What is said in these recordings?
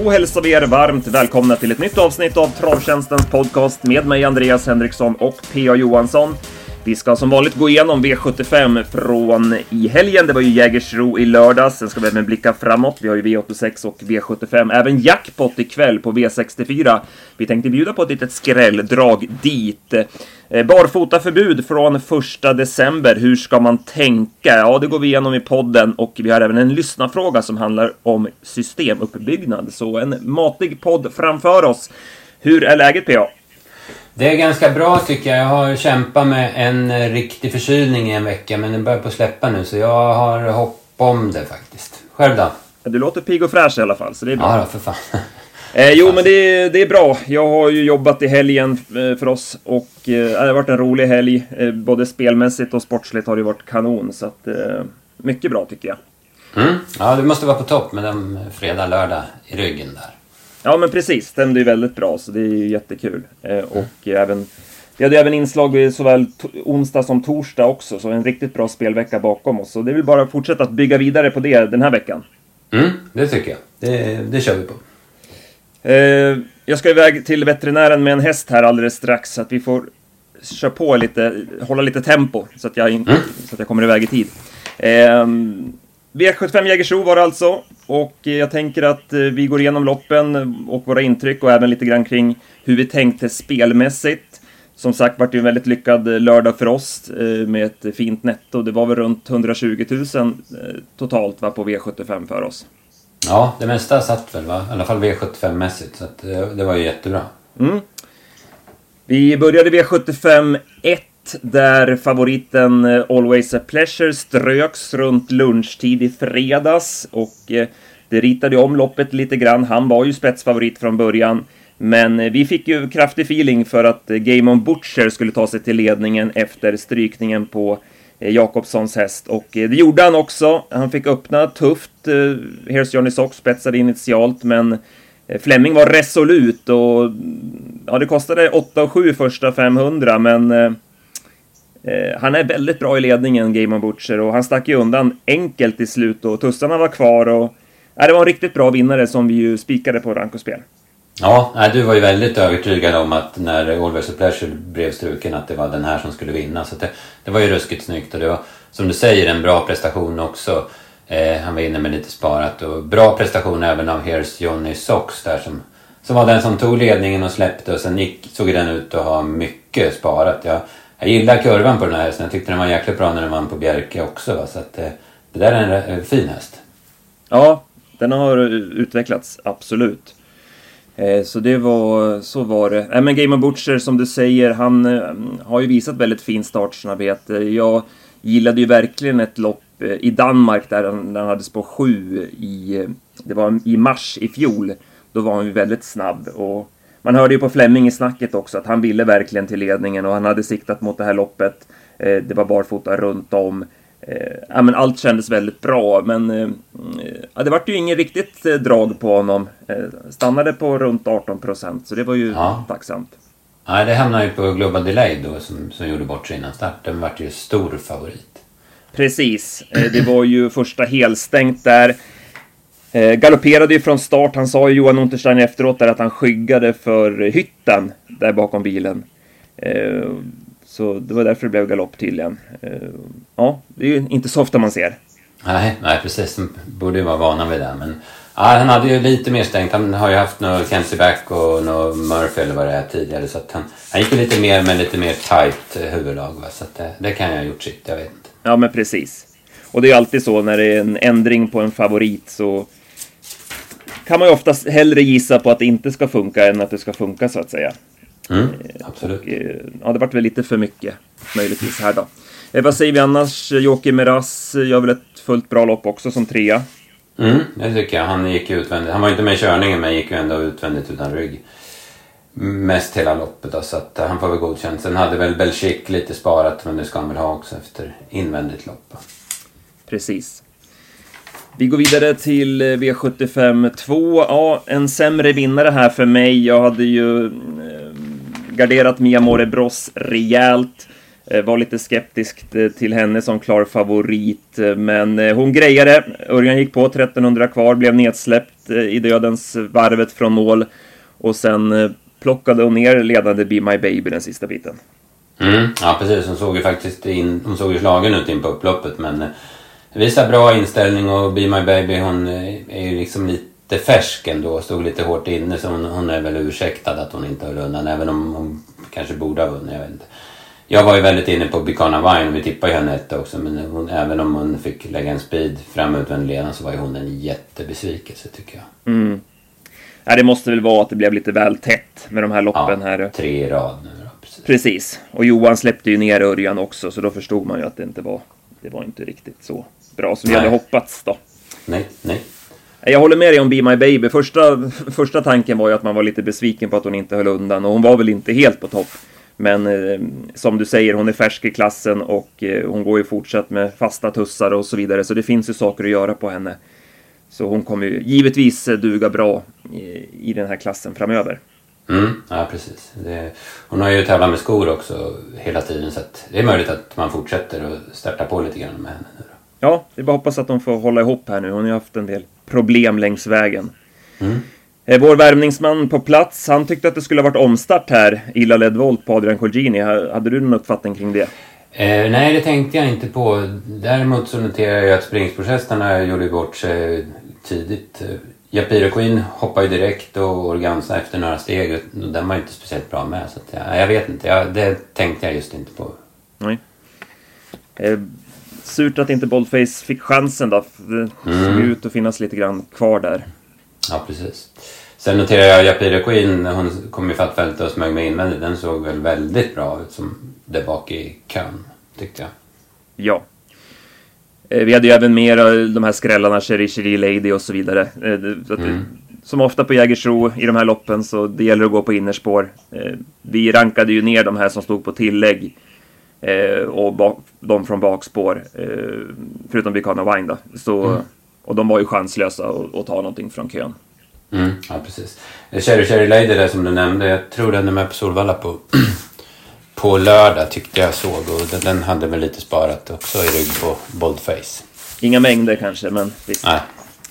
Då hälsar vi er varmt välkomna till ett nytt avsnitt av Travtjänstens podcast med mig Andreas Henriksson och P.A. Johansson. Vi ska som vanligt gå igenom V75 från i helgen. Det var ju Jägersro i lördags. Sen ska vi även blicka framåt. Vi har ju V86 och V75. Även jackpot ikväll på V64. Vi tänkte bjuda på ett litet skrälldrag dit. Barfotaförbud från 1 december. Hur ska man tänka? Ja, det går vi igenom i podden. Och vi har även en lyssnarfråga som handlar om systemuppbyggnad. Så en matig podd framför oss. Hur är läget, P.A.? Det är ganska bra tycker jag. Jag har kämpat med en riktig förkylning i en vecka. Men den börjar på att släppa nu. Så jag har hopp om det faktiskt. Själv då? Du låter pigg och fräsch i alla fall. Så det är bra. Ja då, för fan. Jo, men det är bra. Jag har ju jobbat i helgen för oss. Och det har varit en rolig helg. Både spelmässigt och sportsligt har det varit kanon. Så att, mycket bra tycker jag. Ja, du måste vara på topp med den fredag, lördag i ryggen där. Ja, men precis. Stämde ju väldigt bra, så det är ju jättekul. Och även, vi hade även inslag såväl onsdag som torsdag också, så en riktigt bra spelvecka bakom oss. Så det vill bara fortsätta att bygga vidare på det den här veckan. Det tycker jag. Det kör vi på. Jag ska iväg till veterinären med en häst här alldeles strax, så att vi får köra på lite, hålla lite tempo, så att jag kommer iväg i tid. V75 Jägersro var det alltså, och jag tänker att vi går igenom loppen och våra intryck och även lite grann kring hur vi tänkte spelmässigt. Som sagt var det en väldigt lyckad lördag för oss med ett fint netto. Det var väl runt 120 000 totalt på V75 för oss. Ja, det mesta satt väl va? I alla fall V75-mässigt, så att det var ju jättebra. Vi började V75 1. Där favoriten Always a Pleasure ströks runt lunchtid i fredags. Och det ritade om loppet lite grann. Han var ju spetsfavorit från början. Men vi fick ju kraftig feeling för att Game on Butcher skulle ta sig till ledningen efter strykningen på Jakobssons häst. Och det gjorde han också. Han fick öppna tufft. Here's Johnny Sox spetsade initialt, men Fleming var resolut. Och ja, det kostade 8,7 första 500, men han är väldigt bra i ledningen, Game on Butcher, och han stack ju undan enkelt i slut och tussarna var kvar och det var en riktigt bra vinnare som vi ju spikade på rankospel. Ja, du var ju väldigt övertygad om att när Always a Pleasure blev struken att det var den här som skulle vinna, så det var ju ruskigt snyggt och det var, som du säger, en bra prestation också. Han var inne med lite sparat och bra prestation även av Here's Johnny Sox där som var den som tog ledningen och släppte, och sen såg den ut att ha mycket sparat. Jag gillar kurvan på den här hästen. Jag tyckte den var jäkligt bra när den vann på Bjerke också. Va? Så att det där är en fin häst. Ja, den har utvecklats, absolut. Så var det. Men Game of Butcher, som du säger, han har ju visat väldigt fin startsnabbhet. Jag gillade ju verkligen ett lopp i Danmark där han hade spår 7 det var i mars i fjol. Då var han ju väldigt snabb, och man hörde ju på Fleming i snacket också att han ville verkligen till ledningen och han hade siktat mot det här loppet. Det var barfota runt om. Men allt kändes väldigt bra, men det var ju ingen riktigt drag på honom. Stannade på runt 18%, så det var ju tacksamt. Ja, det hamnade ju på Global Delay då som gjorde bort sig innan start. Den var ju stor favorit. Precis, det var ju första helstängt där. Galopperade ju från start. Han sa ju Johan Unterstein efteråt där att han skyggade för hytten där bakom bilen. Så det var därför det blev galopp till igen. Ja, det är ju inte så ofta man ser. Nej, precis. De borde ju vara vana vid det. Men han hade ju lite mer stängt. Han har ju haft något Kenzie Back och något Murphy eller vad det är tidigare. Så att han gick ju lite mer med lite mer tight huvudlag. Va? Så att det kan jag ha gjort sitt, jag vet inte. Ja, men precis. Och det är ju alltid så när det är en ändring på en favorit, så kan man ju oftast hellre gissa på att det inte ska funka än att det ska funka, så att säga. Absolut. Och, det vart väl lite för mycket möjligtvis här då. Vad säger vi annars? Joakim Meras gör väl ett fullt bra lopp också som 3. Det tycker jag. Han gick utvändigt. Han var inte med i körningen, men gick ju ändå utvändigt utan rygg. Mest hela loppet då, så att han får väl godkänt. Sen hade väl Belchik lite sparat, men det ska han väl ha också efter invändigt lopp. Precis. Vi går vidare till V75 2. Ja, en sämre vinnare här för mig. Jag hade ju garderat Mia More Bros rejält. Var lite skeptisk till henne som klar favorit. Men hon grejade. Örjan gick på 1300 kvar, blev nedsläppt. i dödens varvet från mål. Och sen plockade hon ner ledande Be My Baby den sista biten. Ja, precis. Hon såg ju faktiskt hon såg ju slagen ut in på upploppet, men visar bra inställning, och Be My Baby, hon är ju liksom lite färsk ändå, stod lite hårt inne, så hon är väl ursäktad att hon inte höll undan, även om hon kanske borde ha vunnit, jag vet inte. Jag var ju väldigt inne på Bicana Wine, vi tippade ju henne också, men även om hon fick lägga en speed fram utvändig ledan, så var ju hon en jättebesvikelse, tycker jag. Ja, det måste väl vara att det blev lite väl tätt med de här loppen här. 3 i rad nu då, Precis. Och Johan släppte ju ner Örjan också, så då förstod man ju att det var inte riktigt så bra som vi hade hoppats då. Nej. Jag håller med dig om Be My Baby. Första tanken var ju att man var lite besviken på att hon inte höll undan, och hon var väl inte helt på topp. Men som du säger, hon är färsk i klassen, och hon går ju fortsatt med fasta tussar och så vidare, så det finns ju saker att göra på henne. Så hon kommer ju givetvis duga bra i den här klassen framöver. Ja, precis. Hon har ju tävlat med skor också hela tiden, så att det är möjligt att man fortsätter och starta på lite grann med henne nu då. Ja, det är bara hoppas att de får hålla ihop här nu. Hon har ju haft en del problem längs vägen. Vår värmningsman på plats, han tyckte att det skulle ha varit omstart här i La Led Volt på Adrian Colgjini. Hade du någon uppfattning kring det? Nej, det tänkte jag inte på. Däremot så noterar jag att springspårshästarna gjorde bort sig tidigt. Japiro Queen hoppar ju direkt, och Organza efter några steg, och den var inte speciellt bra med, så att jag vet inte, det tänkte jag just inte på. Nej. Surt att inte Boldface fick chansen då. Det såg ut att finnas lite grann kvar där. Ja, precis. Sen noterar jag Japiro Queen, hon kom i fattfältet och smög med invändigt. Den såg väl väldigt bra ut som det bak i kön, tyckte jag. Ja. Vi hade ju även mer de här skrällarna, Cherie Lady och så vidare. Så att som ofta på Jägersro i de här loppen, så det gäller att gå på innerspår. Vi rankade ju ner de här som stod på tillägg, och de från bakspår, förutom Bicana Wine då. Så, och de var ju chanslösa att ta någonting från kön. Ja, precis. Cherie Lady där som du nämnde, jag tror den är med på Solvalla på lördag, tyckte jag såg, och den hade väl lite sparat också i rygg på Boldface. Inga mängder kanske, men visst. Nej.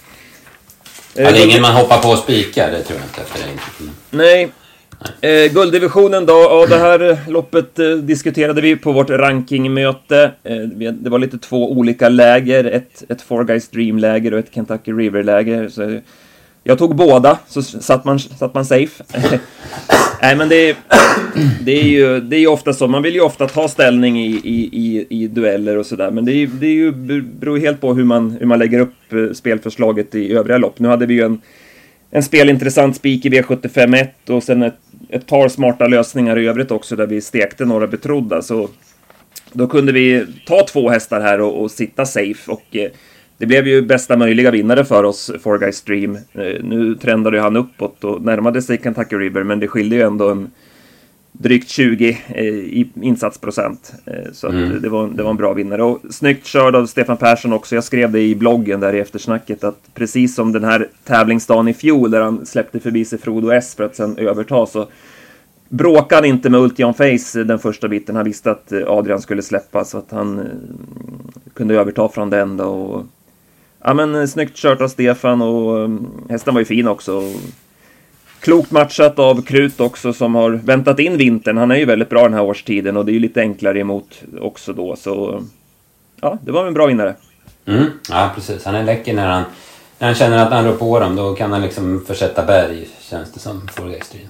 Det är ingen man hoppar på och spikar, det tror jag inte efter det. Nej. Gulddivisionen då, och det här loppet diskuterade vi på vårt rankingmöte. Det var lite 2 olika läger, ett Four Guys Dream-läger och ett Kentucky River-läger. Så jag tog båda, så satt man safe. Nej, men det är ju ofta så. Man vill ju ofta ta ställning i dueller och sådär. Men det beror helt på hur man lägger upp spelförslaget i övriga lopp. Nu hade vi ju en spelintressant spik i V75-1 och sen ett par smarta lösningar i övrigt också, där vi stekte några betrodda. Så då kunde vi ta 2 hästar här och sitta safe, och det blev ju bästa möjliga vinnare för oss, Four Guys Dream. Nu trendade han uppåt och närmade sig Kentucky River, men det skilde ju ändå en drygt 20 i insatsprocent. Så att det var en bra vinnare. Och snyggt körd av Stefan Persson också. Jag skrev det i bloggen där i eftersnacket, att precis som den här tävlingsdagen i fjol där han släppte förbi sig Frodo S för att sen överta, så bråkade han inte med Ultion Face den första biten. Han visste att Adrian skulle släppa, så att han kunde överta från den då. Och ja, men snyggt kört av Stefan, och hästen var ju fin också. Klokt matchat av Krut också, som har väntat in vintern. Han är ju väldigt bra den här årstiden, och det är ju lite enklare emot också då. Så ja, det var en bra vinnare. Ja, precis. Han är läcker när han känner att han rår på dem. Då kan han liksom försätta berg, känns det som, för Gästryn.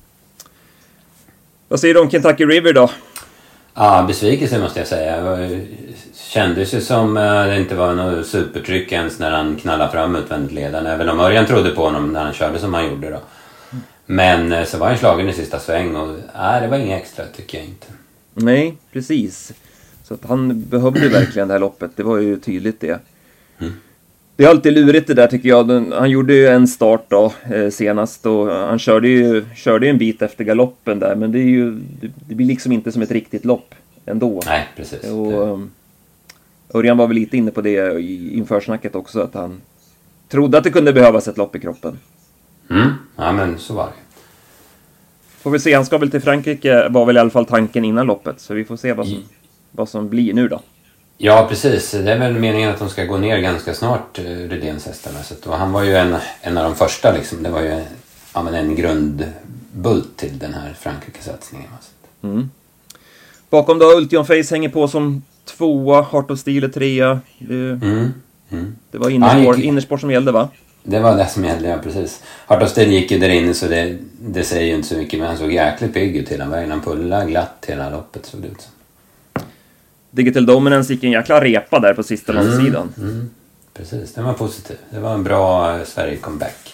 Vad säger du om Kentucky River då? Ja, besvikelse måste jag säga. Kändes ju som det inte var något supertryck ens när han knallade fram utvändigt ledan. Även om Örjan trodde på honom när han körde som han gjorde då. Men så var han slagen i sista sväng, och det var inget extra, tycker jag inte. Nej, precis. Så att han behövde verkligen det här loppet. Det var ju tydligt det. Det är alltid lurigt det där, tycker jag. Han gjorde ju en start då senast, och han körde ju en bit efter galoppen där, men det blir liksom inte som ett riktigt lopp ändå. Nej, precis. Och Örjan var väl lite inne på det inför snacket också, att han trodde att det kunde behövas ett lopp i kroppen. Ja, men så var det. Får vi se, han ska väl till Frankrike, var väl i alla fall tanken innan loppet, så vi får se vad som blir nu då. Ja, precis. Det är väl meningen att de ska gå ner ganska snart, Rydéns hästarna. Så han var ju en av de första liksom. Det var ju en grundbult till den här Frankrike-satsningen. Mm. Bakom då Ultion Face hänger på som 2, Heart of Steel 3. Det var innersport som gällde, va? Det var det som gällde, ja, precis. Heart of Steel gick ju där inne, så det säger ju inte så mycket. Men han såg jäkligt pigg ut hela vägen. Han pullade glatt hela loppet, såg det ut som. Digital Dominance gick en jäkla repa där på sista långsidan. Precis, det var positivt. Det var en bra Sverige-comeback.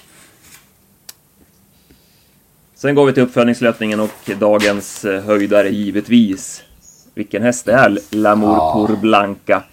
Sen går vi till uppföljningslöpningen och dagens höjdare givetvis. Vilken häst det är, L'amour pour Blanca.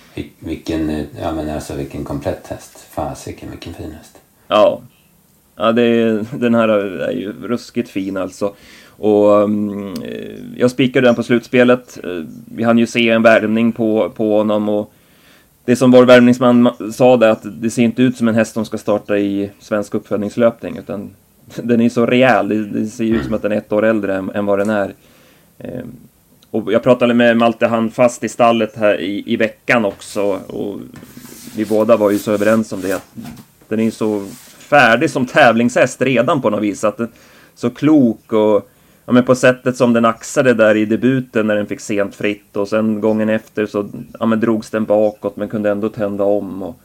Vilken komplett häst. Fasiken, vilken fin häst. Ja, den här är ju ruskigt fin alltså. Och jag spikade den på slutspelet. Vi hann ju se en värmning på honom, och det som vår värmningsman sa det, att det ser inte ut som en häst som ska starta i svensk uppföljningslöpning, utan den är så rejäl. Det ser ut som att den är 1 år äldre än vad den är. Och jag pratade med Malte Handfast i stallet här i veckan också, och vi båda var ju så överens om det, att den är så färdig som tävlingshäst redan på något vis, att den så klok, och men på sättet som den axade där i debuten när den fick sent fritt, och sen gången efter så drogs den bakåt men kunde ändå tända om, och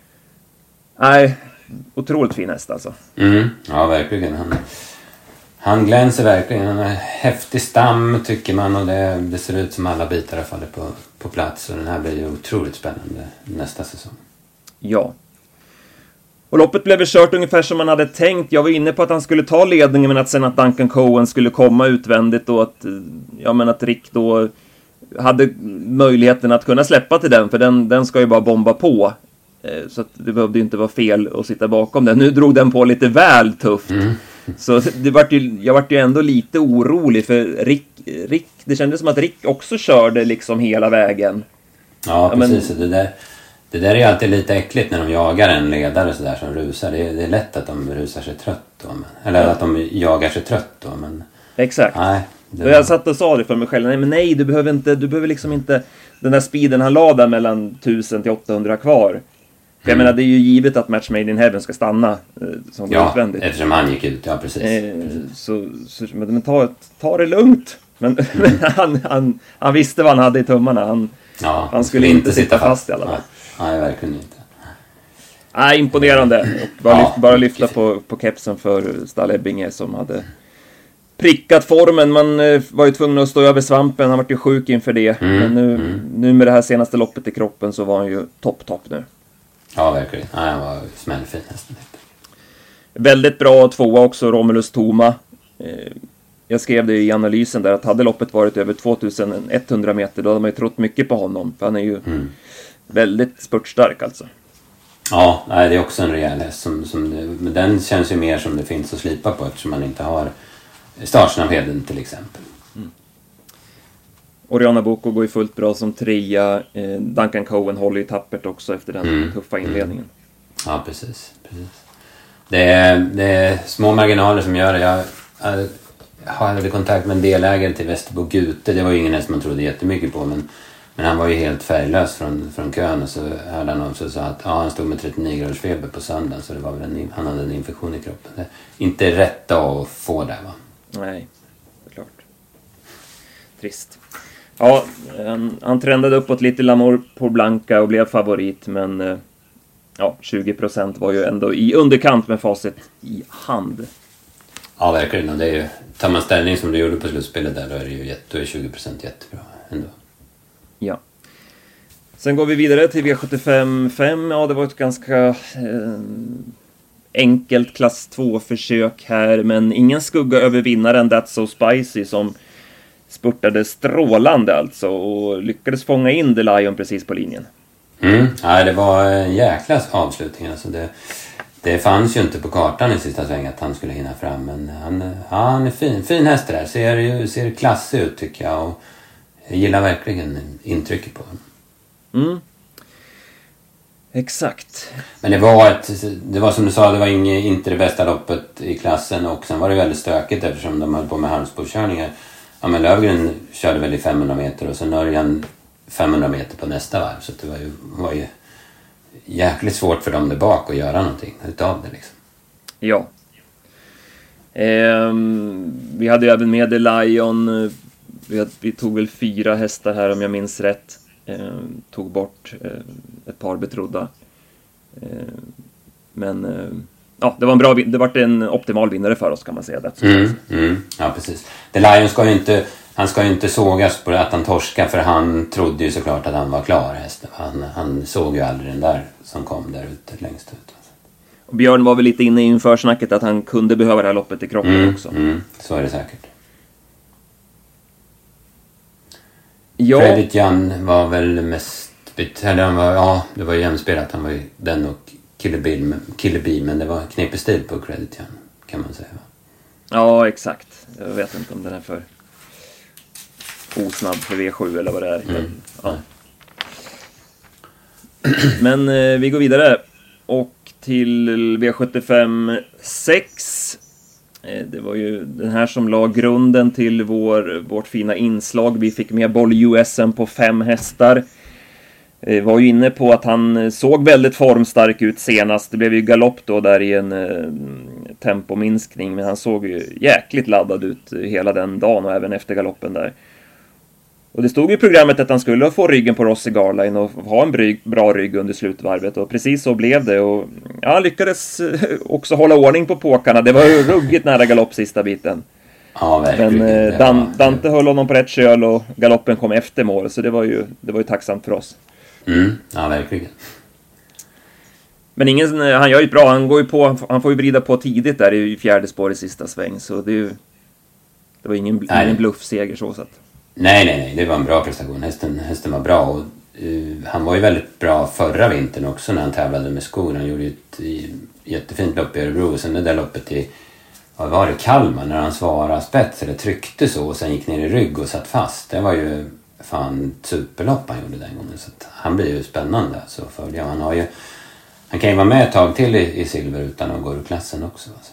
otroligt fin häst alltså. Ja, verkligen. Han glänser verkligen. Han har häftig stam, tycker man, och det ser ut som alla bitar har fallit på plats, och den här blir ju otroligt spännande nästa säsong. Ja. Och loppet blev kört ungefär som man hade tänkt. Jag var inne på att han skulle ta ledningen, men att sen att Duncan Cohen skulle komma utvändigt, och att Rick då hade möjligheten att kunna släppa till den, för den ska ju bara bomba på. Så att det behövde ju inte vara fel att sitta bakom den. Nu drog den på lite väl tufft. Så jag vart ju ändå lite orolig, för Rick, det kändes som att Rick också körde liksom hela vägen. Ja, precis. Det där är ju alltid lite äckligt när de jagar en ledare så där som rusar. Det är lätt att de rusar sig trött då. Att de jagar sig trött då. Men exakt. Nej, jag satt och sa det för mig själv. Nej, du behöver liksom inte den där speeden han la där mellan 1000 till 800 kvar. För jag menar, det är ju givet att Match Made in Heaven ska stanna som utvändigt. Eftersom han gick ut, ja precis. Men ta det lugnt. Men han visste vad han hade i tummarna. Han skulle inte sitta fast i alla fall. Nej, verkligen inte. Imponerande. Bara lyfta på kepsen för Stall Ebbinge, som hade prickat formen. Man var ju tvungen att stå över svampen. Han var ju sjuk inför det. Men nu med det här senaste loppet i kroppen så var han ju topp nu. Ja, verkligen. Han var smällfin nästan. Väldigt bra 2 också, Romulus Thoma. Jag skrev det i analysen där, att hade loppet varit över 2100 meter, då hade man ju trott mycket på honom. För han är ju väldigt spurtstark alltså. Ja, det är också en rejäl häst. Men den känns ju mer som det finns att slipa på, eftersom man inte har startsnabbheten till exempel. Oriana Boko går ju fullt bra som 3. Duncan Cohen håller ju tappert också efter den tuffa inledningen. Ja, precis. Det är små marginaler som gör det. Jag hade kontakt med en delägare till Västerbo Gute. Det var ju ingen häst man trodde jättemycket på, men han var ju helt färglös från kön, och så hörde han också så att han stod med 39 graders feber på söndagen, så det var väl han hade en infektion i kroppen. Det är inte rätt att få det, va? Nej, det är klart. Trist. Ja, han trendade uppåt lite, L'amour pour Blanca, och blev favorit, men 20% var ju ändå i underkant med facit i hand. Ja, verkligen. Och det är ju, tar man ställning som du gjorde på slutspelet där, då är 20% jättebra ändå. Ja. Sen går vi vidare till V75-5. Ja, det var ett ganska enkelt klass 2-försök här, men ingen skugga över vinnaren That's So Spicy, som spurtade strålande alltså, och lyckades fånga in The Lion precis på linjen. Ja, det var en jäkla avslutning alltså. Det fanns ju inte på kartan i sista svängen att han skulle hinna fram, men han är fin häst där. Ser klassig ut tycker jag, och jag gillar verkligen intrycket på honom. Exakt. Men det var som du sa, det var inte det bästa loppet i klassen, och sen var det väldigt stökigt eftersom de höll på med halvspårkörningar. Ja, men Lövgren körde väl i 500 meter, och sen Örjan 500 meter på nästa varv. Så det var ju jäkligt svårt för dem där bak att göra någonting utav det liksom. Ja. Vi hade ju även med The Lion. Vi tog väl 4 hästar här om jag minns rätt. Tog bort ett par betrodda. Men ja, det var en optimal vinnare för oss kan man säga. Ja, precis. The Lion ska ju inte sågas på att han torskar, för han trodde ju såklart att han var klar hästen. Han såg ju aldrig den där som kom där ute längst ut. Och Björn var väl lite inne inför snacket att han kunde behöva det här loppet i kroppen också. Så är det säkert. Ja. Credit Jan var väl mest... det var ju jämspelat. Han var ju den och Killer Bee, men det var knepig stil på Credit Jan, kan man säga. Ja, exakt. Jag vet inte om den är för osnabb för V7 eller vad det är. Ja. Men vi går vidare. Och till V75 6. Det var ju den här som la grunden till vårt fina inslag. Vi fick med Boll USM på 5 hästar. Var ju inne på att han såg väldigt formstark ut senast. Det blev ju galopp då där i en tempominskning. Men han såg ju jäkligt laddad ut hela den dagen och även efter galoppen där. Och det stod i programmet att han skulle få ryggen på Rossi Garline och ha en bra rygg under slutvarvet. Och precis så blev det. Och ja, han lyckades också hålla ordning på påkarna. Det var ju ruggigt nära galopp sista biten. Ja, verkligen. Men Dante höll honom på rätt köl och galoppen kom efter mål. Så det var ju tacksamt för oss. Ja, verkligen. Men han gör ju bra. Han får ju vrida på tidigt där i fjärde spår i sista sväng. Så det var ingen bluffseger så sett. Nej, det var en bra prestation. Hästen var bra och han var ju väldigt bra förra vintern också när han tävlade med skor. Han gjorde ju ett jättefint lopp i Örebro och sen det där loppet i, vad var det, Kalmar, när han svarade spets eller tryckte så och sen gick ner i rygg och satt fast. Det var ju fan superlopp han gjorde den gången, så att han blir ju spännande så för det. Han kan ju vara med ett tag till i silver utan att gå ur klassen också alltså.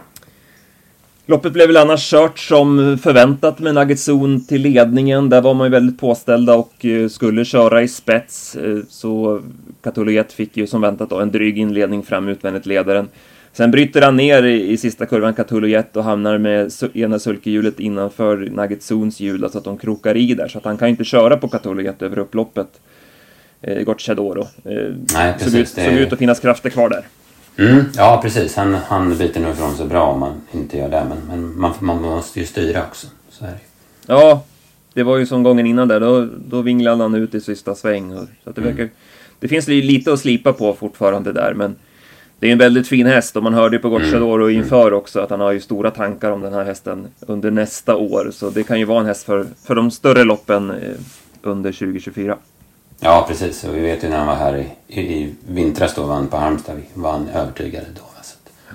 Loppet blev väl annars kört som förväntat med Nugget Zone till ledningen. Där var man ju väldigt påställda och skulle köra i spets. Så Katoliet fick ju som väntat då en dryg inledning fram utvändigt ledaren. Sen bryter han ner i sista kurvan Katoliet och hamnar med ena sulkehjulet innanför Nugget Zones hjul. Så att de krokar i där. Så att han kan inte köra på Katoliet över upploppet. Gocciadoro. Nej, precis. Såg ut att finnas krafter kvar där. Ja, precis. Han biter nog ifrån så bra om man inte gör det. Men man måste ju styra också. Så är det. Ja, det var ju som gången innan där. Då vinglade han ut i sista sväng. Så att det finns lite att slipa på fortfarande där. Men det är en väldigt fin häst. Och man hörde ju på Gocciadoro inför också att han har ju stora tankar om den här hästen under nästa år. Så det kan ju vara en häst för de större loppen under 2024. Ja, precis. Och vi vet ju när han var här i vintras då vann på Halmstad. Var han övertygad då. Alltså.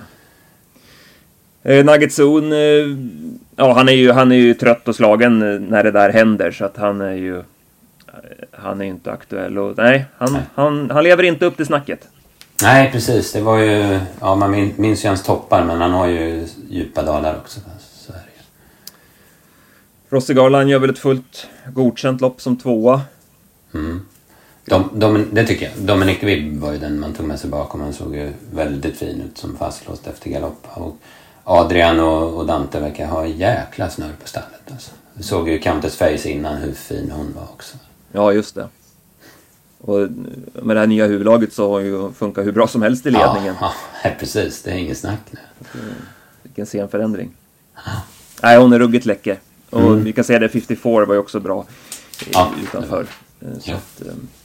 Nugget Zone, ja, han är ju trött och slagen när det där händer. Så att han är ju inte aktuell. Och, nej, han lever inte upp till snacket. Nej, precis. Det var ju... Ja, man minns ju hans toppar, men han har ju djupa dalar också. Så är det ju. Rossi Garland gör väl ett fullt godkänt lopp som 2:a. Det tycker jag. Dominic Vibb var ju den man tog med sig bakom. Han såg ju väldigt fin ut som fastlåst efter galopp. Och Adrian och Dante verkar ha jäkla snurr på stallet. Alltså. Vi såg ju Countess Face innan hur fin hon var också. Ja, just det. Och med det här nya huvudlaget så har ju funkat hur bra som helst i ledningen. Ja, precis. Det är inget snack nu. Vilken sen förändring. Nej, hon är ruggigt läcker. Och vi kan säga det 54 var ju också bra utanför. Så att,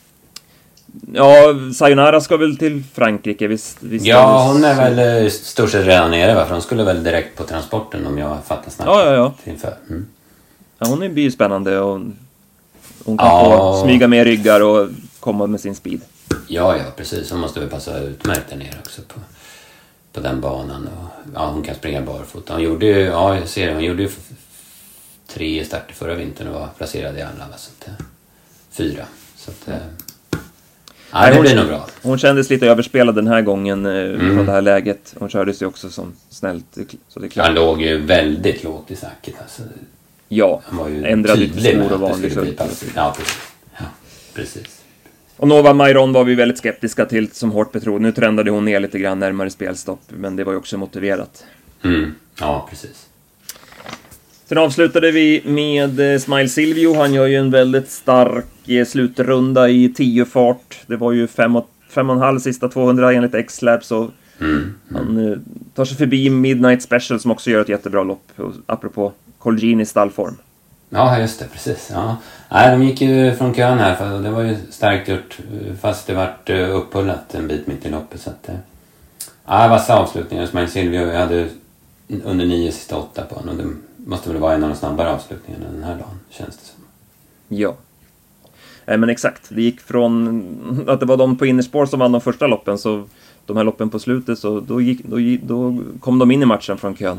Sayonara ska väl till Frankrike, visst ja, hon är väl stort sett redan nere, va? För hon skulle väl direkt på transporten om jag fattar snabbt. Ja. Ja, hon är ju spännande och hon kan få smyga med ryggar och komma med sin speed. Ja, precis. Hon måste väl passa utmärkt där nere också på den banan. Och, hon kan springa barfota. Hon gjorde ju, jag ser det, hon gjorde ju 3 starter förra vintern och var placerad i alla, så att 4. Så att det blir nog bra. Hon kändes lite överspelad den här gången från det här läget. Hon kördes ju också som snällt. Så det är klart. Han låg ju väldigt lågt i snacket. Alltså. Ja, han var ju ändrade till tydlig stor och vanlig. Ja, precis. Ja. precis. Och Nova Mairon var vi väldigt skeptiska till som hårt betrodd. Nu trendade hon ner lite grann närmare spelstopp, men det var ju också motiverat. Ja, precis. Sen avslutade vi med Smile Silvio. Han gör ju en väldigt stark slutrunda i 10 fart. Det var ju 5,5 sista 200 enligt X-Lab, så han tar sig förbi Midnight Special som också gör ett jättebra lopp, apropå Colgjini stallform. Ja, just det, precis. Ja. Nej, de gick ju från kön här, för det var ju starkt gjort, fast det vart upphullat en bit mitt i loppet. Så att, vassa avslutningar. Smile Silvio, jag hade under 9 sista 8 på honom, och det måste väl vara en av de snabbare avslutningarna den här dagen, känns det som. Ja. Men exakt, det gick från att det var de på innerspår som vann de första loppen, så de här loppen på slutet, så då kom de in i matchen från kön.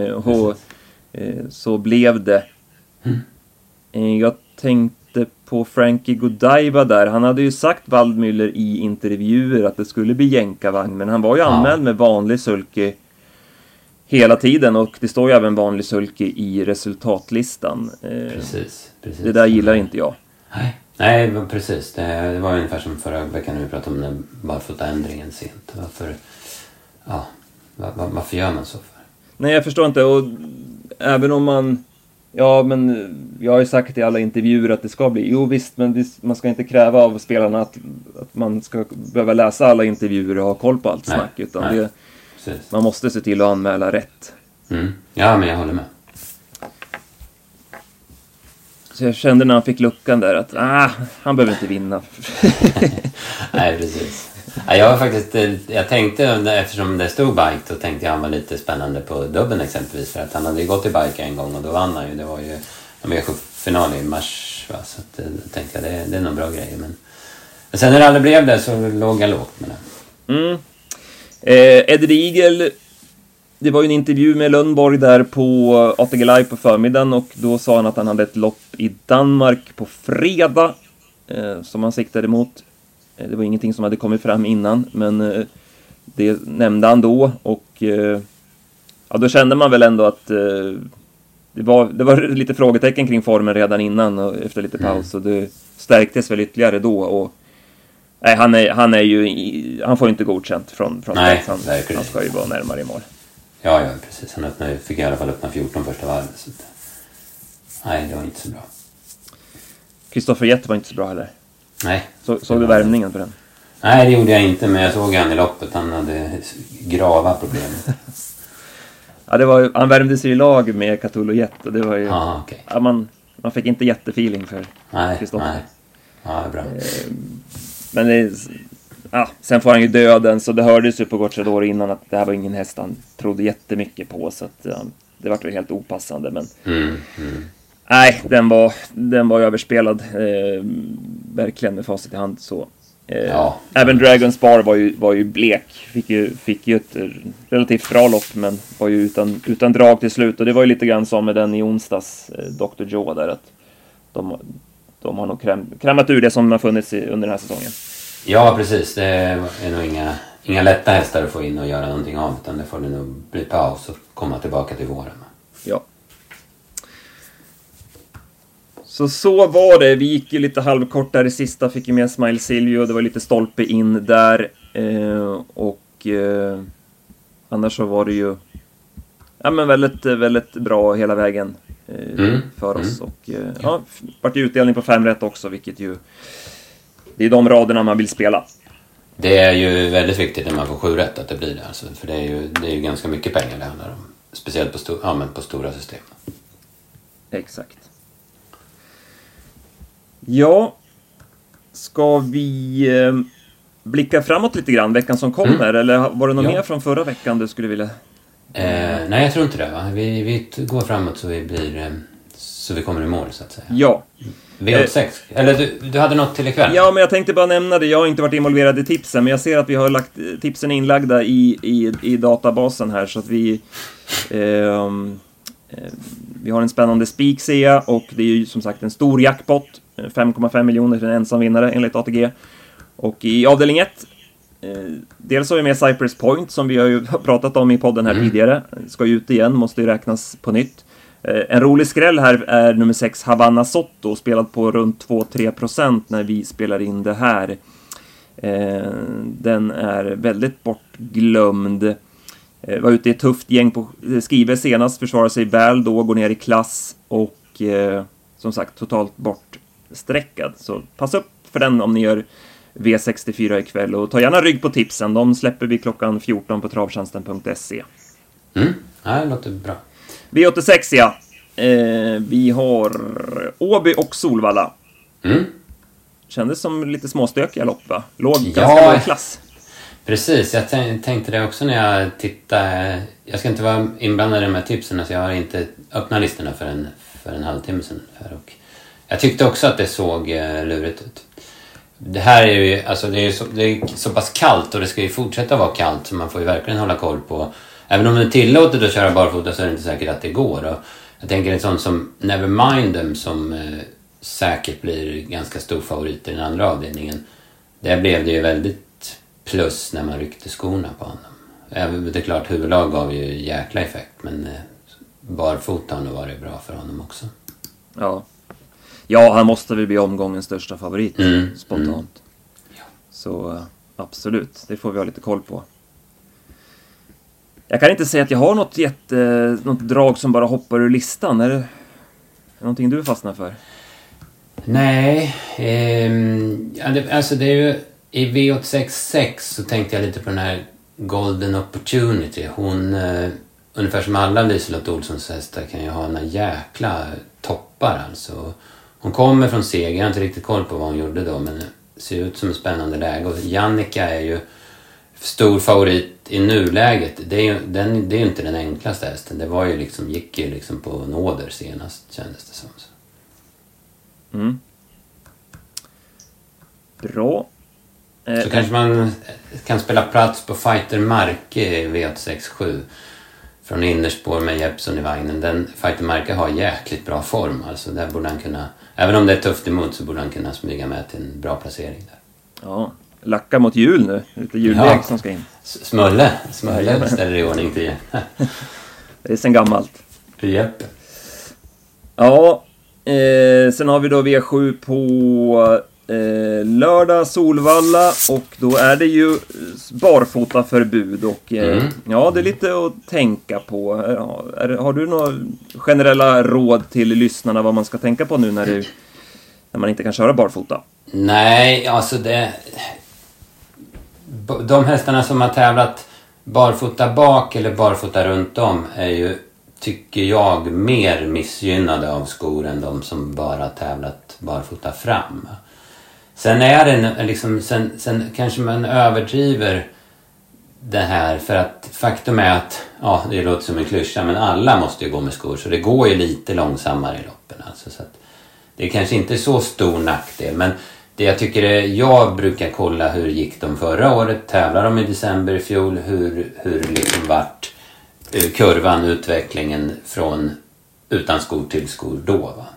Så blev det. Jag tänkte på Frankie Godiva där. Han hade ju sagt Waldmüller i intervjuer att det skulle bli jänkarvagn, men han var ju anmäld med vanlig sulke hela tiden, och det står ju även vanlig sulke i resultatlistan. Precis. Det där gillar inte jag. Nej, precis. Det var ungefär som förra veckan när vi pratade om den barfotaändringen sent. Varför gör man så för? Nej, jag förstår inte. Och även om man... Ja, men jag har ju sagt i alla intervjuer att det ska bli... Jo, visst, men man ska inte kräva av spelarna att man ska behöva läsa alla intervjuer och ha koll på allt snack. Utan man måste se till att anmäla rätt. Ja, men jag håller med. Så jag kände när han fick luckan där att han behöver inte vinna. Nej, precis. Jag tänkte, eftersom det stod bike, då tänkte jag han var lite spännande på dubben exempelvis, för att han hade gått i bike en gång och då vann han ju. Det var ju en V7-final i mars, va? Så att, tänkte jag det är nog bra grejer. Men sen när det aldrig blev det så låg jag lågt med det. Eddie Eagle, det var ju en intervju med Lundborg där på ATG Live på förmiddagen, och då sa han att han hade ett lopp i Danmark på fredag som han siktade emot. Det var ingenting som hade kommit fram innan, men det nämnde han då, och då kände man väl ändå att det var lite frågetecken kring formen redan innan och efter lite paus, och det stärktes väl ytterligare då, och han får ju inte godkänt från han ska ju vara närmare i mål. Ja, precis. Han fick i alla fall öppna 14 första varv. Så nej, det var inte så bra. Kristoffer Jett var inte så bra heller. Nej. Såg du värmningen på den? Nej, det gjorde jag inte, men jag såg han i loppet. Han hade grava problem. Han värmde sig i lag med Catulo Jett, och det var ju... Okay. Man fick inte jättefeeling för Kristoffer. Nej. Ja, bra. Men sen får han ju döden, så det hördes ju på Gocciador innan att det här var ingen häst han trodde jättemycket på, så att det var väl helt opassande, men nej, den var överspelad verkligen med facit i hand, så även Dragon's Bar var ju blek, fick ju ett relativt bra lopp, men var ju utan drag till slut, och det var ju lite grann som med den i onsdags, Dr. Joe där, att de har nog krämat ur det som har funnits under den här säsongen. Ja, precis. Det är nog inga lätta hästar att få in och göra någonting av, utan det får det nog bli paus och komma tillbaka till våren. Ja. Så var det. Vi gick ju lite halvkort där i sista, fick ju med Smile Silvio, det var lite stolpe in där, och annars så var det ju väldigt, väldigt bra hela vägen för oss, och vart ju utdelning på 5 rätt också, vilket ju det är de raderna man vill spela. Det är ju väldigt viktigt när man får 7 rätt att det blir det, alltså, för det är ju ganska mycket pengar det handlar om, speciellt på stora system. Exakt. Ja, ska vi blicka framåt lite grann veckan som kommer, eller var det något mer från förra veckan du skulle vilja? Nej, jag tror inte det, va? Vi går framåt så vi kommer i mål, så att säga. Ja. V86. Eller du hade något till ikväll? Ja, men jag tänkte bara nämna det. Jag har inte varit involverad i tipsen, men jag ser att vi har lagt tipsen inlagda i databasen här, så att vi har en spännande spik, ser jag, och det är ju som sagt en stor jackpot, 5,5 miljoner till en ensam vinnare enligt ATG. Och i avdelning 1 dels har vi med Cypress Point, som vi har ju pratat om i podden här tidigare. Ska ju ut igen, måste ju räknas på nytt. En rolig skräll här är nummer 6 Havana Sotto, spelad på runt 2-3% när vi spelar in det här. Den är väldigt bortglömd. Var ute i ett tufft gäng på Skive senast, försvarar sig väl då, går ner i klass och som sagt totalt bortsträckad. Så pass upp för den om ni gör V64 ikväll, och ta gärna rygg på tipsen. De släpper vi klockan 14 på travtjänsten.se. Ja, det låter bra. V86, ja. Vi har Åby och Solvalla. Kändes som lite småstökiga lopp, va? Låg ganska låg klass. Precis, jag tänkte det också när jag tittade. Jag ska inte vara inblandad i de här tipsen, så jag har inte öppnat listorna för en halvtimme sedan. Och jag tyckte också att det såg lurigt ut. Det här är ju, alltså det är så pass kallt, och det ska ju fortsätta vara kallt, så man får ju verkligen hålla koll på. Även om det är tillåtet att köra barfota, så är det inte säkert att det går. Och jag tänker en sån som Nevermind Them, som säkert blir ganska stor favorit i den andra avdelningen. Där blev det ju väldigt plus när man ryckte skorna på honom. Det är klart, huvudlag gav ju jäkla effekt, men barfota har nog varit bra för honom också. Ja, han måste väl bli omgångens största favorit spontant. Ja. Så absolut, det får vi ha lite koll på. Jag kan inte säga att jag har något drag som bara hoppar ur listan. Är det någonting du fastnar för? Nej, det är ju i V866 så tänkte jag lite på den här Golden Opportunity. Hon, ungefär som alla Liselott Olssons hästar, kan ju ha en jäkla toppar alltså. Hon kommer från seger, jag har inte riktigt koll på vad hon gjorde då, men det ser ut som ett spännande läge. Och Jannica är ju stor favorit i nuläget. Det är ju inte den enklaste hästen. Det var ju liksom, gick ju liksom på nåder senast, kändes det som. Så. Bra. Så kanske man kan spela plats på Fighter Marke i V867 från innerspår med Jeppson i vagnen. Den Fighter Marke har jäkligt bra form. Alltså där borde han kunna, även om det är tufft emot, så borde han kunna smyga med till en bra placering där. Ja, lacka mot jul nu. Lite julväg som ska in. Smulle ställer i ordning till det är sen gammalt. För Jeppe. Ja, sen har vi då V7 på lördag, Solvalla, och då är det ju barfota förbud, och ja, det är lite att tänka på. Har du några generella råd till lyssnarna vad man ska tänka på nu när man inte kan köra barfota? Nej, alltså de hästarna som har tävlat barfota bak eller barfota runt om är ju, tycker jag, mer missgynnade av skor än de som bara tävlat barfota fram. Sen är det liksom, sen kanske man överdriver det här, för att faktum är att, ja, det låter som en klyscha, men alla måste ju gå med skor, så det går ju lite långsammare i loppen alltså, så att det är kanske inte så stor nackdel, men det jag tycker är, jag brukar kolla hur gick de förra året, tävlar de i december i fjol, hur liksom vart kurvan, utvecklingen från utan skor till skor då, va?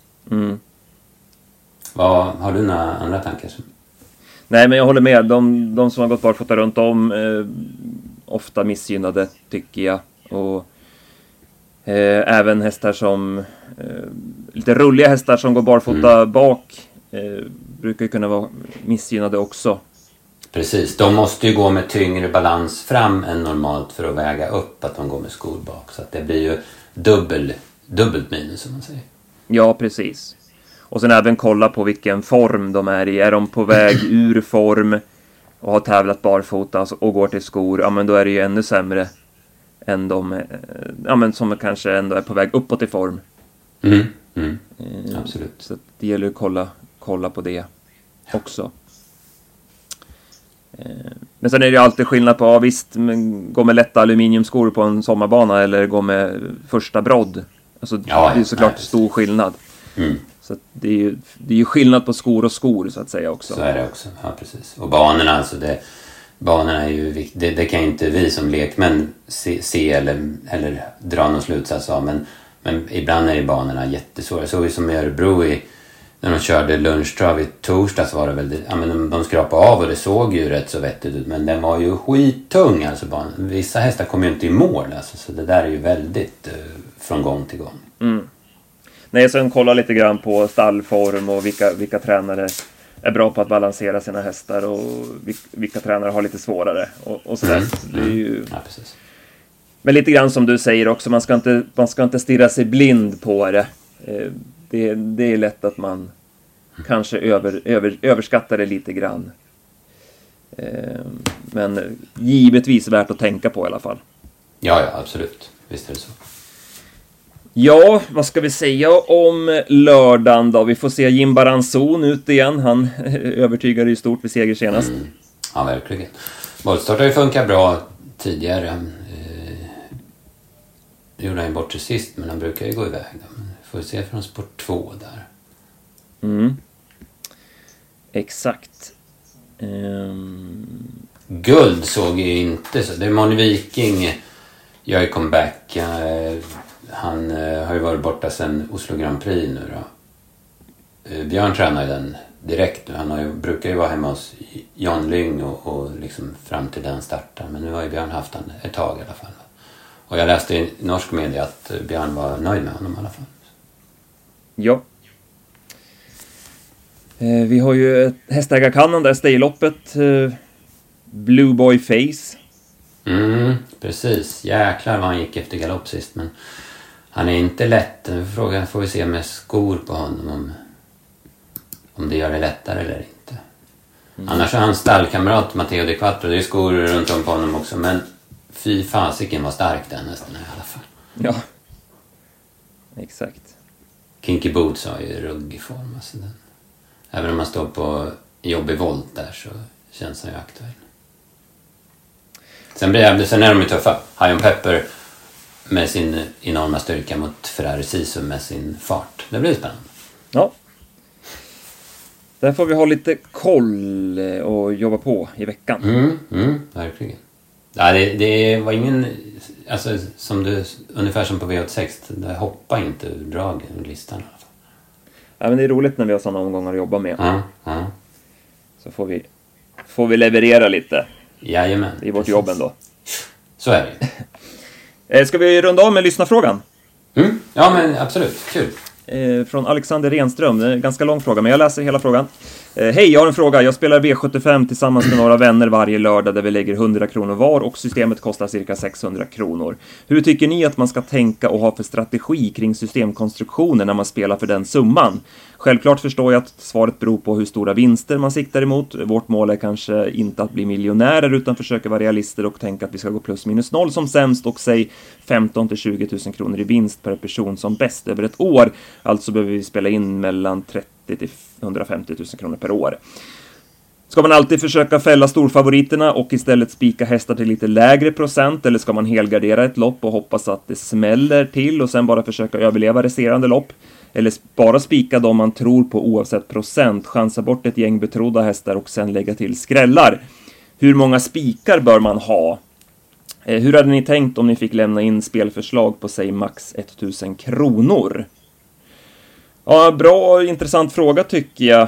Har du några andra tankar? Nej, men jag håller med. De som har gått barfota runt om ofta missgynnade, tycker jag. Och även hästar som lite rulliga hästar som går barfota bak brukar ju kunna vara missgynnade också. Precis, de måste ju gå med tyngre balans fram än normalt för att väga upp att de går med skor bak. Så att det blir ju dubbelt minus, som man säger. Ja, precis. Och sen även kolla på vilken form de är i. Är de på väg ur form och har tävlat barfota och går till skor, ja, men då är det ju ännu sämre än de som kanske ändå är på väg uppåt i form. Absolut. Så det gäller att kolla på det också. Men sen är det ju alltid skillnad på, visst, gå med lätta aluminiumskor på en sommarbana eller gå med första brodd. Alltså, det är ju såklart stor skillnad. Så det är ju skillnad på skor och skor, så att säga, också. Så är det också, ja, precis. Och banorna, alltså banorna är ju viktigt. Det kan ju inte vi som lekmän se eller dra någon slutsats av, men ibland är ju banorna jättesvåra. Så som i Örebro när de körde lunchtrav i torsdags var det väl, ja men de skrapade av och det såg ju rätt så vettigt ut, men den var ju skittung alltså. Vissa hästar kom ju inte i mål alltså, så det där är ju väldigt från gång till gång. Nej, sen kolla lite grann på stallform och vilka tränare är bra på att balansera sina hästar och vilka tränare har lite svårare och sådär. Det är ju... Ja, precis. Men lite grann som du säger också, man ska inte stirra sig blind på det. Det är lätt att man kanske överskattar det lite grann. Men givetvis värt att tänka på i alla fall. Ja, absolut. Visst är det så. Ja, vad ska vi säga om lördagen då? Vi får se Jim Baranzon ut igen. Han övertygade ju stort vid seger senast. Ja, verkligen. Bollstart har ju funkat bra tidigare. Det gjorde han bort till sist, men han brukar ju gå iväg. Får vi se från sport 2 där. Exakt. Guld såg ju inte så. Det är Moni Viking gör ju comeback. Han har ju varit borta sedan Oslo Grand Prix nu då. Björn tränar ju den direkt nu. Han brukar ju vara hemma hos Jan Lyng och liksom fram till den startar. Men nu har ju Björn haft han ett tag i alla fall. Och jag läste i norsk media att Björn var nöjd med honom i alla fall. Ja. Vi har ju ett hästägarkannan där stejloppet. Blue Boy Face. Precis. Jäklar vad han gick efter galopp sist. Men han är inte lätt. Frågan får vi se med skor på honom. Om det gör det lättare eller inte. Annars är hans stallkamrat Matteo De Quattro. Det är skor runt om på honom också. Men fy fasiken var stark den nästan i alla fall. Ja. Exakt. Kinky Boots har ju ruggig form. Alltså den. Även om man står på jobbig volt där så känns han ju aktuell. Sen är de ju tuffa. Hayon Pepper med sin enorma styrka mot Ferrari Sisu med sin fart. Det blir spännande. Ja. Där får vi ha lite koll och jobba på i veckan. Verkligen. Ja, det var ingen... Alltså, ungefär som på V86. Det hoppar inte ur dragen ur listan i alla fall. Ja, men det är roligt när vi har sådana omgångar att jobba med. Ja. Så får vi leverera lite. Jajamän. I vårt jobb ändå. Så är det. Ska vi runda av med lyssnarfrågan? Ja, men absolut. Kul. Från Alexander Renström. Det är en ganska lång fråga, men jag läser hela frågan. Hej, jag har en fråga. Jag spelar V75 tillsammans med några vänner varje lördag där vi lägger 100 kronor var och systemet kostar cirka 600 kronor. Hur tycker ni att man ska tänka och ha för strategi kring systemkonstruktioner när man spelar för den summan? Självklart förstår jag att svaret beror på hur stora vinster man siktar emot. Vårt mål är kanske inte att bli miljonärer utan försöka vara realister och tänka att vi ska gå plus minus noll som sämst och säg 15 till 20 000 kronor i vinst per person som bäst över ett år. Alltså behöver vi spela in mellan 30 till 150 000 kronor per år. Ska man alltid försöka fälla storfavoriterna och istället spika hästar till lite lägre procent, eller ska man helgardera ett lopp och hoppas att det smäller till och sen bara försöka överleva resterande lopp? Eller bara spika dem man tror på oavsett procent, chansa bort ett gäng betrodda hästar och sen lägga till skrällar? Hur många spikar bör man ha? Hur hade ni tänkt om ni fick lämna in spelförslag på sig max 1000 kronor? Ja, bra och intressant fråga tycker jag.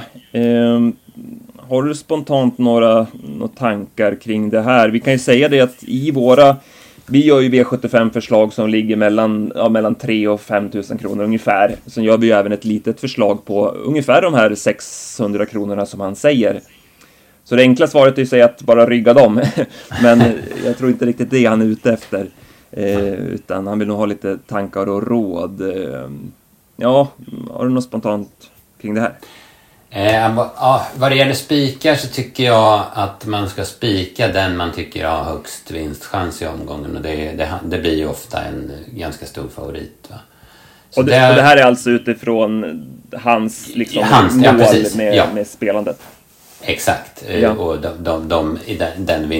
Har du spontant några tankar kring det här? Vi kan ju säga det att vi gör ju V75-förslag som ligger mellan 3 och 5 000 kronor ungefär. Sen gör vi ju även ett litet förslag på ungefär de här 600 kronorna som han säger. Så det enkla svaret är att säga att bara rygga dem. Men jag tror inte riktigt det han är ute efter. Utan han vill nog ha lite tankar och råd. Ja, har du något spontant kring det här? Vad det gäller spikar så tycker jag att man ska spika den man tycker har högst vinstchans i omgången. Och det blir ju ofta en ganska stor favorit. Va? Och det här är alltså utifrån hans mål med spelandet? Exakt. Ja. Och de i den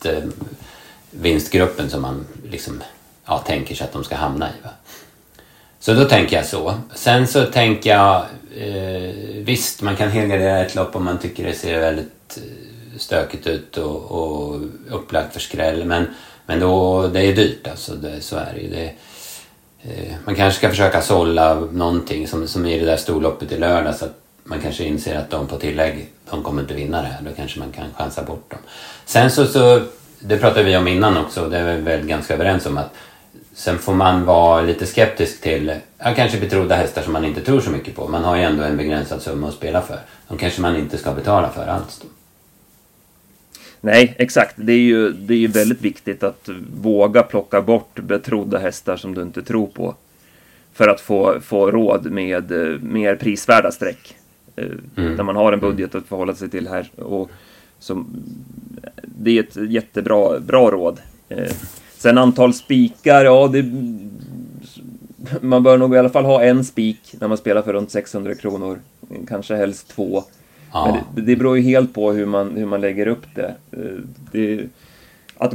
vinstgruppen som man liksom, tänker sig att de ska hamna i. Va? Så då tänker jag så. Sen så tänker jag visst, man kan helgardera ett lopp om man tycker det ser väldigt stökigt ut och upplagt för skräll. Men då, det är dyrt alltså, så är det ju. Man kanske ska försöka sålla någonting som i det där storloppet i lördag så att man kanske inser att de på tillägg, de kommer inte vinna det här. Då kanske man kan chansa bort dem. Sen så det pratade vi om innan också, och det är vi väl ganska överens om, att sen får man vara lite skeptisk till kanske betrodda hästar som man inte tror så mycket på. Man har ju ändå en begränsad summa att spela för. De kanske man inte ska betala för alls då. Nej, exakt. Det är ju väldigt viktigt att våga plocka bort betrodda hästar som du inte tror på. För att få råd med mer prisvärda streck. När man har en budget att förhålla sig till här. Och det är ett jättebra råd. Sen antal spikar, ja, man bör nog i alla fall ha en spik när man spelar för runt 600 kronor. Kanske helst 2. Ja. Men det beror ju helt på hur man lägger upp det. Att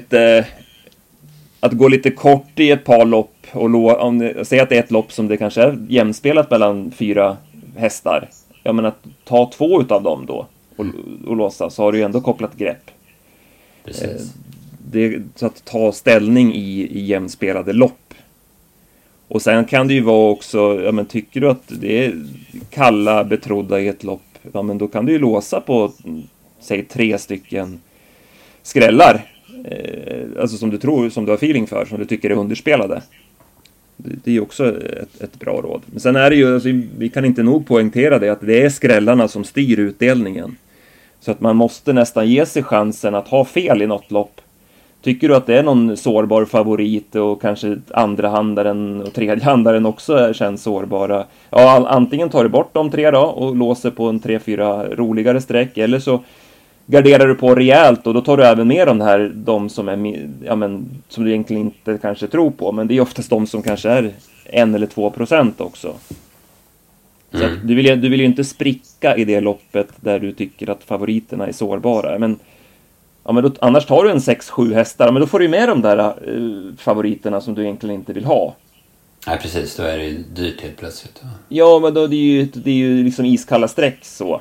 gå lite kort i ett par lopp och säg att det är ett lopp som det kanske är jämspelat mellan 4 hästar. Ja, men att ta 2 utav dem då och låsa, så har du ju ändå kopplat grepp. Precis. Så att ta ställning i jämspelade lopp. Och sen kan det ju vara också, ja, men tycker du att det är kalla betrodda i ett lopp, ja, men då kan du ju låsa på säg 3 stycken skrällar. Alltså som du har feeling för, som du tycker är underspelade. Det är ju också ett bra råd. Men sen är det ju, alltså, vi kan inte nog poängtera det, att det är skrällarna som styr utdelningen. Så att man måste nästan ge sig chansen att ha fel i något lopp. Tycker du att det är någon sårbar favorit och kanske andrahandaren och tredjehandaren också känns sårbara, ja, antingen tar du bort de 3 då och låser på en 3-4 roligare streck, eller så garderar du på rejält och då tar du även med de som är, ja, men, som du egentligen inte kanske tror på, men det är oftast de som kanske är 1 eller 2% också. Så att du vill ju inte spricka i det loppet där du tycker att favoriterna är sårbara, men då, annars tar du en 6-7 hästar, men då får du med de där favoriterna som du egentligen inte vill ha. Nej, precis, då är det ju dyrt helt plötsligt. Ja, men då det är ju liksom iskalla streck så.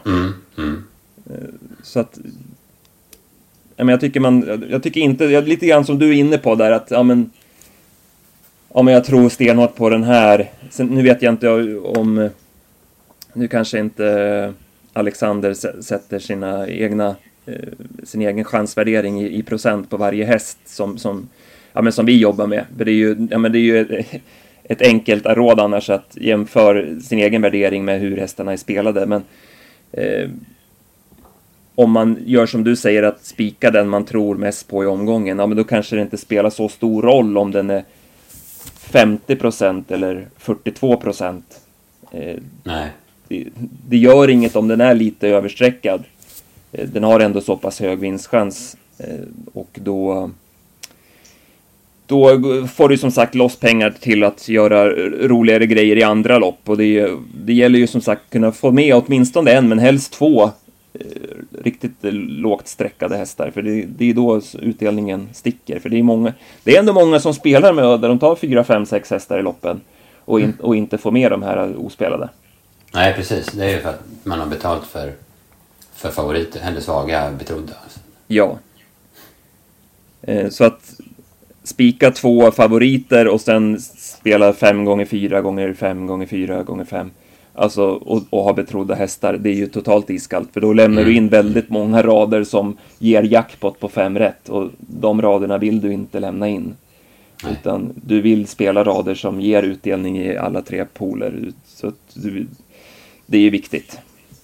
Så att, ja, men jag tycker inte, lite grann som du är inne på där, att ja men jag tror stenhårt på den här. Sen, nu vet jag inte om, nu kanske inte Alexander sätter sin egen chansvärdering i procent på varje häst som vi jobbar med. För det är ju ett enkelt råd annars att jämföra sin egen värdering med hur hästarna är spelade. Men om man gör som du säger, att spika den man tror mest på i omgången, ja, men då kanske det inte spelar så stor roll om den är 50% eller 42%. Nej. Det gör inget om den är lite översträckad. Den har ändå så pass hög vinstchans, och då får du som sagt loss pengar till att göra roligare grejer i andra lopp, och det gäller ju som sagt kunna få med åtminstone en, men helst 2 riktigt lågt sträckade hästar, för det är då utdelningen sticker, för det är ändå många som spelar med där de tar 4, 5, 6 hästar i loppen och inte får med de här ospelade. Nej, precis, det är ju för att man har betalt för favoriter, eller svaga betrodda. Ja. Så att spika 2 favoriter och sen spela 5x4 gånger 5x4 gånger 5. Alltså, och ha betrodda hästar, det är ju totalt iskallt. För då lämnar du in väldigt många rader som ger jackpot på 5 rätt. Och de raderna vill du inte lämna in. Nej. Utan du vill spela rader som ger utdelning i alla 3 pooler. Så att det är ju viktigt.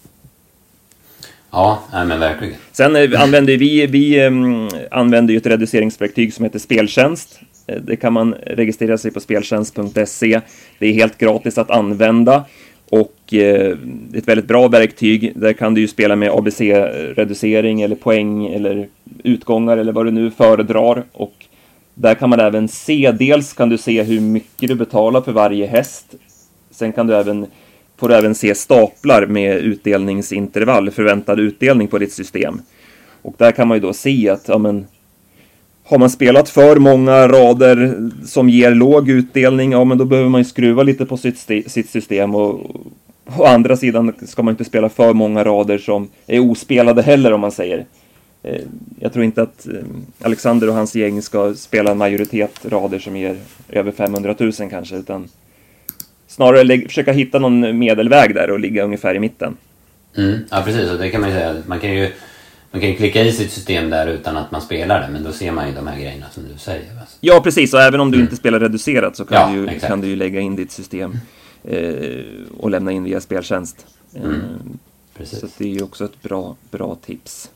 Ja, men verkligen. Sen använder vi använder ju ett reduceringsverktyg som heter Speltjänst. Det kan man registrera sig på speltjänst.se. Det är helt gratis att använda, och ett väldigt bra verktyg. Där kan du ju spela med ABC-reducering eller poäng eller utgångar eller vad du nu föredrar. Och där kan man även dels kan du se hur mycket du betalar för varje häst. Sen kan får du även se staplar med utdelningsintervall, förväntad utdelning på ditt system. Och där kan man ju då se att har man spelat för många rader som ger låg utdelning, ja, men då behöver man ju skruva lite på sitt system, och å andra sidan ska man inte spela för många rader som är ospelade heller, om man säger. Jag tror inte att Alexander och hans gäng ska spela en majoritet rader som ger över 500 000 kanske, utan snarare försöka hitta någon medelväg där och ligga ungefär i mitten. Ja, precis. Och det kan man ju säga. Man kan ju klicka i sitt system där utan att man spelar det, men då ser man ju de här grejerna som du säger. Ja, precis. Och även om du inte spelar reducerat så kan du ju lägga in ditt system och lämna in via speltjänst. Precis. Så det är ju också ett bra tips.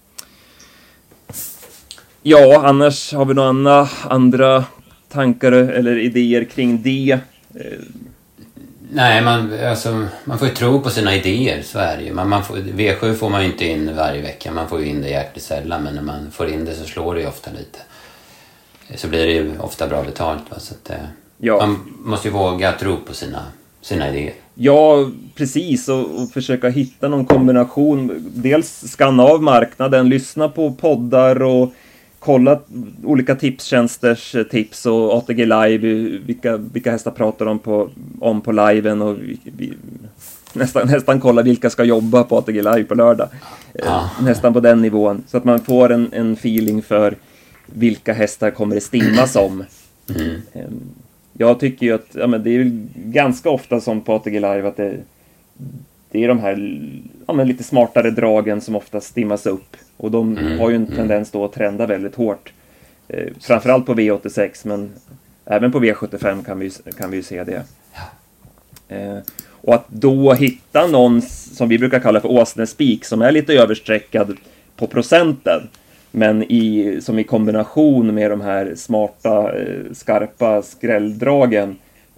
Ja, annars har vi några andra tankar eller idéer kring det? Nej, man får ju tro på sina idéer, så är det ju. V7 får man ju inte in varje vecka, man får ju in det jäkligt sällan, men när man får in det så slår det ju ofta lite. Så blir det ju ofta bra betalt, va? Så att, man måste ju våga tro på sina idéer. Ja, precis, och försöka hitta någon kombination. Dels skanna av marknaden, lyssna på poddar och kolla olika tipstjänsters tips och ATG Live, vilka hästar pratar om på liven, och nästan kolla vilka ska jobba på ATG Live på lördag. Nästan på den nivån, så att man får en feeling för vilka hästar kommer det stimmas om. Jag tycker ju att det är ganska ofta som på ATG Live att det är de här lite smartare dragen som ofta stimmas upp. Och de har ju en tendens då att trenda väldigt hårt. Framförallt på V86, men även på V75 kan vi ju se det. Och att då hitta någon som vi brukar kalla för åsnespik, som är lite översträckad på procenten, men som i kombination med de här smarta, skarpa skrälldragen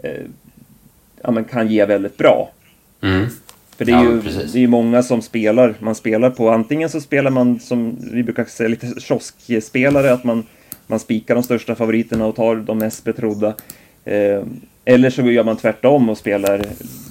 kan ge väldigt bra. För det är ju många som man spelar på, antingen så spelar man som vi brukar säga lite kioskspelare, att man spikar de största favoriterna och tar de mest betrodda. Eller så gör man tvärtom och spelar,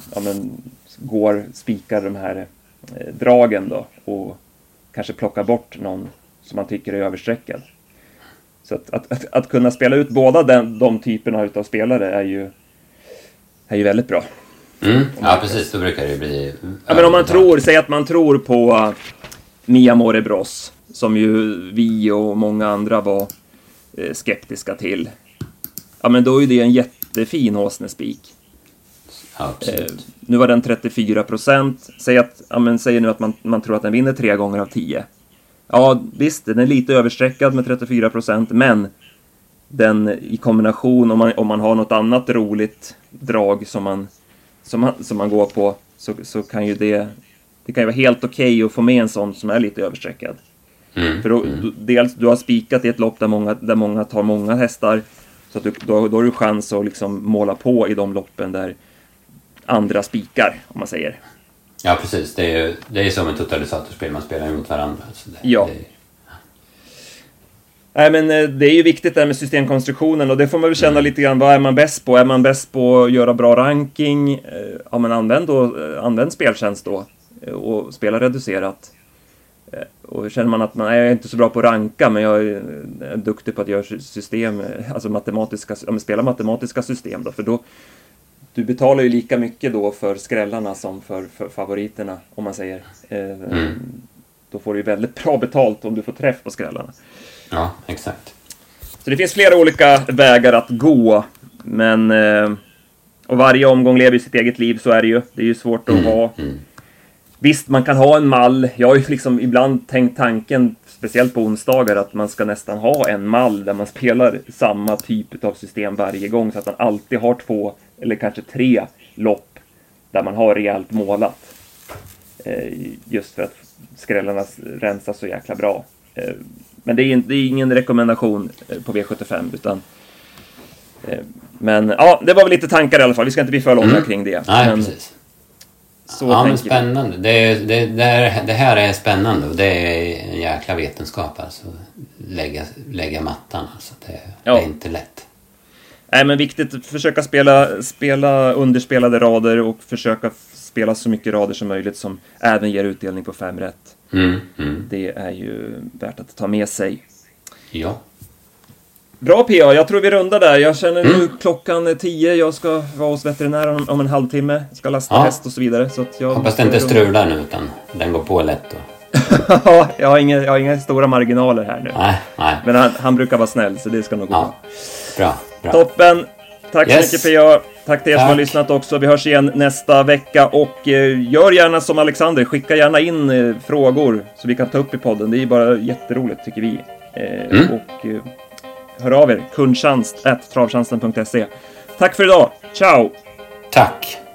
spikar de här dragen då, och kanske plockar bort någon som man tycker är översträckad. Så att kunna spela ut båda de typerna av spelare är ju väldigt bra. Ja, precis. Då brukar det bli... men om man säg att man tror på Mia More Bros, som ju vi och många andra var skeptiska till. Ja, men då är det en jättefin åsnespik. Nu var den 34%. Säg nu att man tror att den vinner 3 gånger av 10. Ja, visst, den är lite översträckad med 34%, men den i kombination, om man har något annat roligt drag som man går på, så kan ju det kan ju vara helt okej att få med en sån som är lite översträckad. För då, dels du har spikat i ett lopp där många tar många hästar, så att då har du chans att liksom måla på i de loppen där andra spikar, om man säger. Ja, precis. Det är som en totalisatorspel, man spelar mot varandra. Så Nej, men det är ju viktigt där med systemkonstruktionen, och det får man väl känna lite grann. Vad är man bäst på? Är man bäst på att göra bra ranking? Men använd speltjänst då och spela reducerat. Och känner man att man är inte så bra på att ranka, men jag är duktig på att göra system, alltså spela matematiska system då, för då du betalar ju lika mycket då för skrällarna som för favoriterna, om man säger. Då får du ju väldigt bra betalt om du får träff på skrällarna. Ja, exakt. Så det finns flera olika vägar att gå, men och varje omgång lever sitt eget liv, så är det ju. Det är ju svårt att ha. Visst, man kan ha en mall. Jag har ju liksom ibland tänkt tanken, speciellt på onsdagar, att man ska nästan ha en mall där man spelar samma typ av system varje gång, så att man alltid har 2 eller kanske 3 lopp där man har rejält målat. Just för att skrällarna rensas så jäkla bra. Men det är ingen rekommendation på V75, utan men ja, det var väl lite tankar i alla fall. Vi ska inte bli för långa kring det. Nej, precis. Men spännande. Det här är spännande, och det är en jäkla vetenskap, alltså lägga mattan, alltså det är inte lätt. Nej, men viktigt att försöka spela underspelade rader och försöka spela så mycket rader som möjligt som även ger utdelning på 5 rätt. Det är ju värt att ta med sig. Ja. Bra PA, jag tror vi rundar där. Jag känner nu klockan 10. Jag ska vara hos veterinären om en halvtimme. Jag ska lasta häst och så vidare. Så att jag hoppas det inte strular nu, utan den går på lätt då. Ja, jag har inga stora marginaler här nu. Nej. Men han brukar vara snäll, så det ska nog gå. Bra. Toppen. Tack så mycket PA. Tack till er som har lyssnat också. Vi hörs igen nästa vecka. Och gör gärna som Alexander. Skicka gärna in frågor så vi kan ta upp i podden. Det är bara jätteroligt tycker vi. Och hör av er. kundtjänst@travtjänsten.se. Tack för idag. Ciao! Tack!